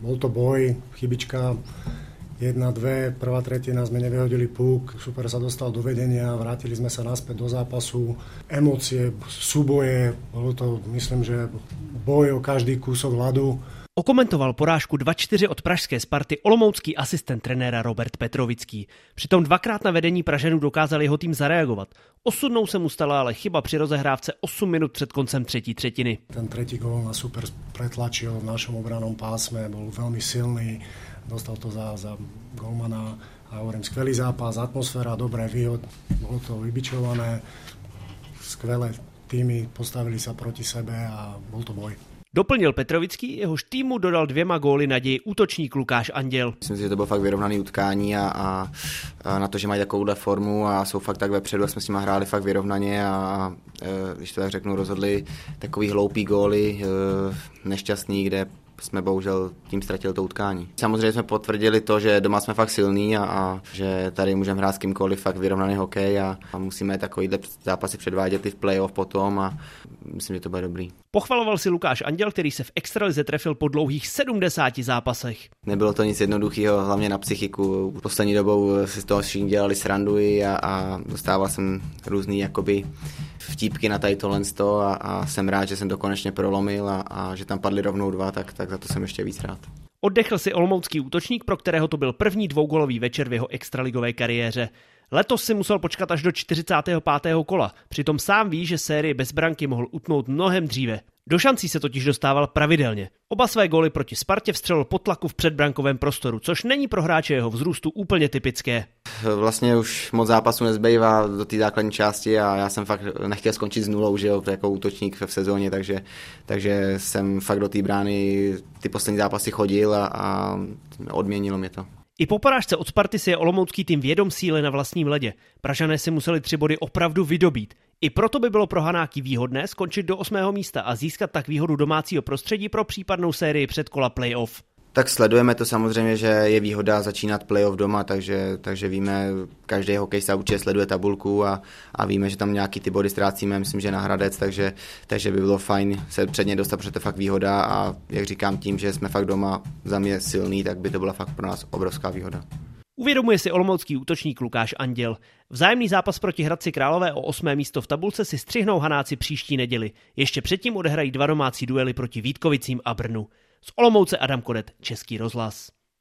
Bol to boj, chybička, 1-2, prvá tretina sme nevyhodili puk, super sa dostal do vedenia, vrátili sme sa naspäť do zápasu. Emócie, súboje, bolo to, myslím, že boj o každý kúsok ľadu. Okomentoval porážku 2-4 od pražské Sparty olomoucký asistent trenéra Robert Petrovický. Přitom dvakrát na vedení Pražanů dokázal jeho tým zareagovat. Osudnou se mu stala ale chyba při rozehrávce 8 minut před koncem třetí třetiny. Ten tretí gól na super pretlačil v našom obranom pásme, bol veľmi silný, dostal to za golmana a hovorím, skvelý zápas, atmosféra, dobré výhod, bolo to vybičované, skvelé týmy postavili sa proti sebe a bol to boj. Doplnil Petrovický, jehož týmu dodal 2 góly naději útočník Lukáš Anděl. Myslím si, že to bylo fakt vyrovnaný utkání a na to, že mají takovouhle formu a jsou fakt tak vepředu a jsme s nimi hráli fakt vyrovnaně a když to tak řeknu, rozhodli takový hloupý góly, nešťastný, kde jsme bohužel tím ztratili to utkání. Samozřejmě jsme potvrdili to, že doma jsme fakt silní a že tady můžeme hrát s kýmkoliv fakt vyrovnaný hokej a musíme takovýhle zápasy předvádět i v playoff potom a myslím, že to bude dobrý. Pochvaloval si Lukáš Anděl, který se v extralize trefil po dlouhých 70 zápasech. Nebylo to nic jednoduchého, hlavně na psychiku. Poslední dobou si z toho všichni dělali srandu a dostával jsem různý jakoby vtípky na tady tohle a jsem rád, že jsem to konečně prolomil a že tam padly rovnou 2, tak za to jsem ještě víc rád. Oddechl si olomoucký útočník, pro kterého to byl první dvougolový večer v jeho extraligové kariéře. Letos si musel počkat až do 45. kola, přitom sám ví, že sérii bez branky mohl utnout mnohem dříve. Do šancí se totiž dostával pravidelně. Oba své góly proti Spartě vstřelil po tlaku v předbrankovém prostoru, což není pro hráče jeho vzrůstu úplně typické. Vlastně už moc zápasů nezbývá do té základní části a já jsem fakt nechtěl skončit s nulou, že jo, jako útočník v sezóně, takže jsem fakt do té brány ty poslední zápasy chodil a odměnilo mě to. I po porážce od Sparty si je olomoucký tým vědom síly na vlastním ledě. Pražané si museli 3 body opravdu vydobít. I proto by bylo pro Hanáky výhodné skončit do 8. místa a získat tak výhodu domácího prostředí pro případnou sérii předkola playoff. Tak sledujeme to samozřejmě, že je výhoda začínat playoff doma, takže víme, každý hokejista určitě sleduje tabulku a víme, že tam nějaký ty body ztrácíme, myslím, že na Hradec, takže by bylo fajn se předně dostat, protože to je fakt výhoda a jak říkám, tím, že jsme fakt doma za mě silný, tak by to byla fakt pro nás obrovská výhoda. Uvědomuje si olomoucký útočník Lukáš Anděl. Vzájemný zápas proti Hradci Králové o 8. místo v tabulce si střihnou Hanáci příští neděli. Ještě předtím odehrají 2 domácí duely proti Vítkovicím a Brnu. Z Olomouce Adam Kodet, Český rozhlas.